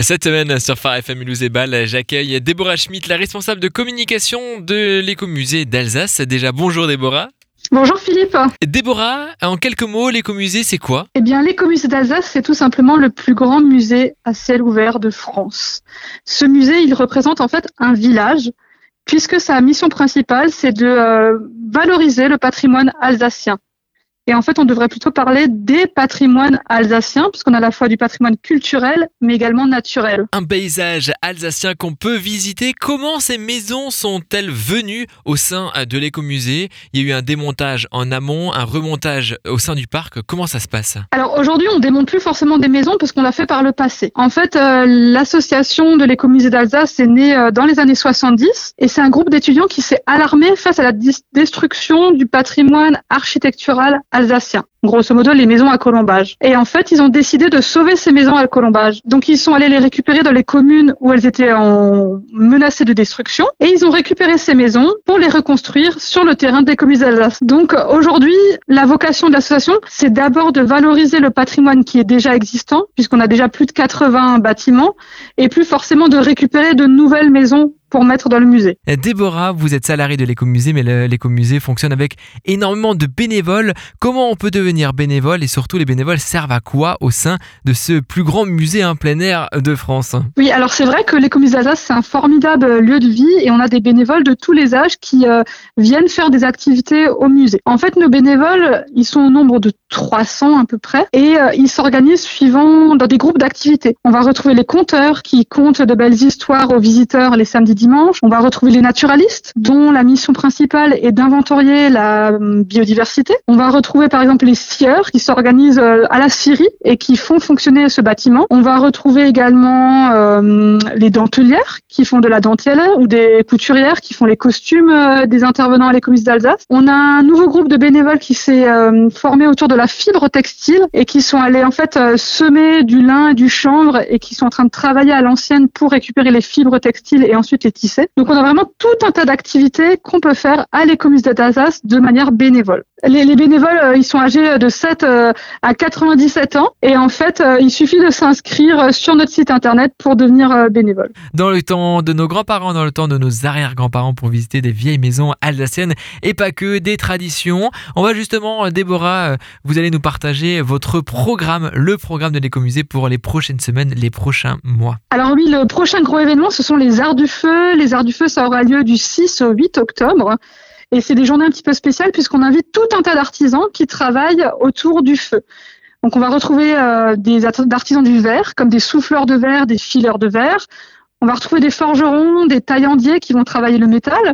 Cette semaine sur Phare FM Mulhouse et Bâle, j'accueille Déborah Schmitt, la responsable de communication de l'écomusée d'Alsace. Déjà, bonjour Déborah. Bonjour Philippe. Déborah, en quelques mots, l'écomusée c'est quoi ? Eh bien, l'écomusée d'Alsace, c'est tout simplement le plus grand musée à ciel ouvert de France. Ce musée, il représente en fait un village, puisque sa mission principale, c'est de valoriser le patrimoine alsacien. Et en fait, on devrait plutôt parler des patrimoines alsaciens, puisqu'on a à la fois du patrimoine culturel, mais également naturel. Un paysage alsacien qu'on peut visiter. Comment ces maisons sont-elles venues au sein de l'écomusée ? Il y a eu un démontage en amont, un remontage au sein du parc. Comment ça se passe ? Alors aujourd'hui, on démonte plus forcément des maisons, parce qu'on l'a fait par le passé. En fait, l'association de l'écomusée d'Alsace est née dans les années 70, et c'est un groupe d'étudiants qui s'est alarmé face à la destruction du patrimoine architectural alsacien. Grosso modo, les maisons à colombage. Et en fait, ils ont décidé de sauver ces maisons à colombage. Donc, ils sont allés les récupérer dans les communes où elles étaient menacées de destruction. Et ils ont récupéré ces maisons pour les reconstruire sur le terrain des communes d'Alsace. Donc, aujourd'hui, la vocation de l'association, c'est d'abord de valoriser le patrimoine qui est déjà existant, puisqu'on a déjà plus de 80 bâtiments, et plus forcément de récupérer de nouvelles maisons pour mettre dans le musée. Déborah, vous êtes salariée de l'écomusée, mais l'écomusée fonctionne avec énormément de bénévoles. Comment on peut devenir bénévole et surtout les bénévoles servent à quoi au sein de ce plus grand musée en plein air de France ? Oui, alors c'est vrai que l'écomusée d'Alsace, c'est un formidable lieu de vie et on a des bénévoles de tous les âges qui viennent faire des activités au musée. En fait, nos bénévoles, ils sont au nombre de 300 à peu près et ils s'organisent suivant dans des groupes d'activités. On va retrouver les conteurs qui content de belles histoires aux visiteurs les samedis dimanche. On va retrouver les naturalistes, dont la mission principale est d'inventorier la biodiversité. On va retrouver par exemple les scieurs qui s'organisent à la scierie et qui font fonctionner ce bâtiment. On va retrouver également les dentelières qui font de la dentelle ou des couturières qui font les costumes des intervenants à l'écomusée d'Alsace. On a un nouveau groupe de bénévoles qui s'est formé autour de la fibre textile et qui sont allés en fait semer du lin et du chanvre et qui sont en train de travailler à l'ancienne pour récupérer les fibres textiles et ensuite les tisser. Donc on a vraiment tout un tas d'activités qu'on peut faire à l'écomusée d'Alsace de manière bénévole. Les bénévoles, ils sont âgés de 7 à 97 ans et en fait, il suffit de s'inscrire sur notre site internet pour devenir bénévole. Dans le temps de nos grands-parents, dans le temps de nos arrière-grands-parents pour visiter des vieilles maisons alsaciennes et pas que, des traditions. On va justement, Déborah, vous allez nous partager votre programme, le programme de l'écomusée pour les prochaines semaines, les prochains mois. Alors oui, le prochain gros événement, ce sont les Arts du Feu. Les Arts du Feu, ça aura lieu du 6 au 8 octobre. Et c'est des journées un petit peu spéciales puisqu'on invite tout un tas d'artisans qui travaillent autour du feu. Donc on va retrouver des artisans du verre, comme des souffleurs de verre, des fileurs de verre. On va retrouver des forgerons, des taillandiers qui vont travailler le métal.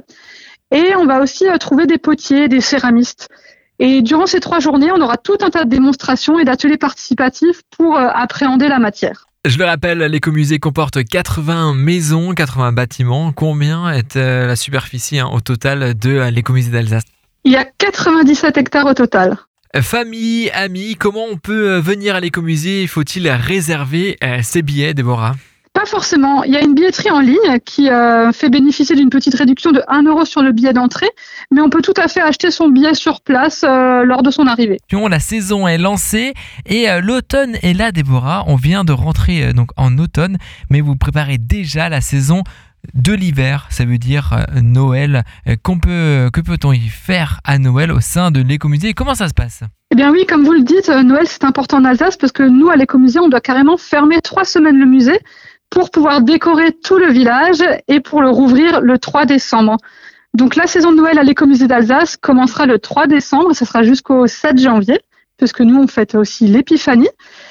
Et on va aussi trouver des potiers, des céramistes. Et durant ces 3 journées, on aura tout un tas de démonstrations et d'ateliers participatifs pour appréhender la matière. Je le rappelle, l'écomusée comporte 80 maisons, 80 bâtiments. Combien est la superficie au total de l'écomusée d'Alsace ? Il y a 97 hectares au total. Famille, amis, comment on peut venir à l'écomusée ? Faut-il réserver ses billets, Déborah ? Pas forcément. Il y a une billetterie en ligne qui fait bénéficier d'une petite réduction de 1 € sur le billet d'entrée, mais on peut tout à fait acheter son billet sur place lors de son arrivée. La saison est lancée et l'automne est là, Déborah. On vient de rentrer donc en automne, mais vous préparez déjà la saison de l'hiver, ça veut dire Noël. Que peut-on y faire à Noël au sein de l'écomusée ? Comment ça se passe ? Eh bien oui, comme vous le dites, Noël c'est important en Alsace parce que nous à l'écomusée on doit carrément fermer 3 semaines le musée pour pouvoir décorer tout le village et pour le rouvrir le 3 décembre. Donc la saison de Noël à l'écomusée d'Alsace commencera le 3 décembre, ça sera jusqu'au 7 janvier, puisque nous on fête aussi l'épiphanie.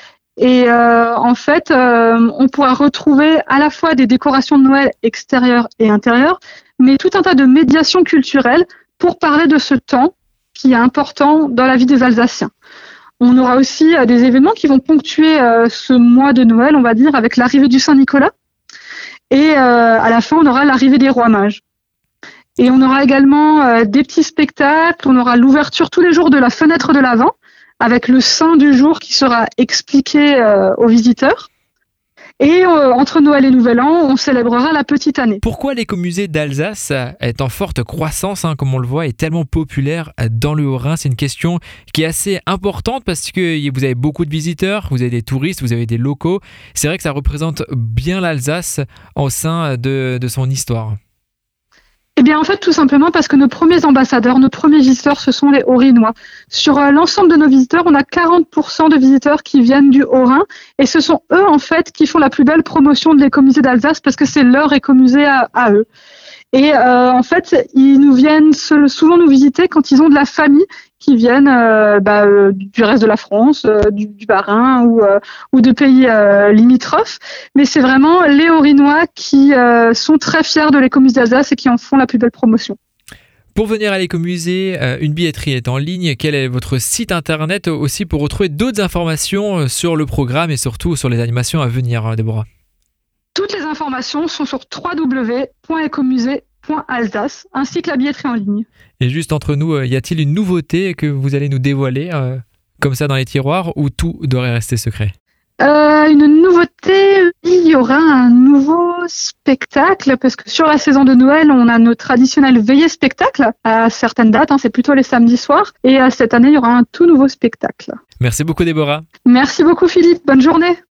Et en fait, on pourra retrouver à la fois des décorations de Noël extérieures et intérieures, mais tout un tas de médiations culturelles pour parler de ce temps qui est important dans la vie des Alsaciens. On aura aussi des événements qui vont ponctuer ce mois de Noël, on va dire, avec l'arrivée du Saint-Nicolas. Et à la fin, on aura l'arrivée des rois mages. Et on aura également des petits spectacles. On aura l'ouverture tous les jours de la fenêtre de l'Avent, avec le saint du jour qui sera expliqué aux visiteurs. Et entre Noël et Nouvel An, on célébrera la petite année. Pourquoi l'écomusée d'Alsace est en forte croissance, comme on le voit, est tellement populaire dans le Haut-Rhin? C'est une question qui est assez importante parce que vous avez beaucoup de visiteurs, vous avez des touristes, vous avez des locaux. C'est vrai que ça représente bien l'Alsace au sein de son histoire. Eh bien, en fait, tout simplement parce que nos premiers ambassadeurs, nos premiers visiteurs, ce sont les Haut-Rhinois. Sur l'ensemble de nos visiteurs, on a 40% de visiteurs qui viennent du Haut-Rhin. Et ce sont eux, en fait, qui font la plus belle promotion de l'écomusée d'Alsace parce que c'est leur écomusée à eux. Et en fait, ils nous viennent souvent nous visiter quand ils ont de la famille qui viennent du reste de la France, du Bas-Rhin ou de pays limitrophes. Mais c'est vraiment les Haut-Rhinois qui sont très fiers de l'écomusée d'Alsace et qui en font la plus belle promotion. Pour venir à l'écomusée, une billetterie est en ligne. Quel est votre site internet aussi pour retrouver d'autres informations sur le programme et surtout sur les animations à venir, Déborah? Toutes les informations sont sur www.ecomusée.alsace ainsi que la billetterie en ligne. Et juste entre nous, y a-t-il une nouveauté que vous allez nous dévoiler comme ça dans les tiroirs ou tout devrait rester secret? Une nouveauté, il y aura un nouveau spectacle parce que sur la saison de Noël, on a nos traditionnels veillées spectacles à certaines dates, c'est plutôt les samedis soirs. Et cette année, il y aura un tout nouveau spectacle. Merci beaucoup Déborah. Merci beaucoup Philippe, bonne journée.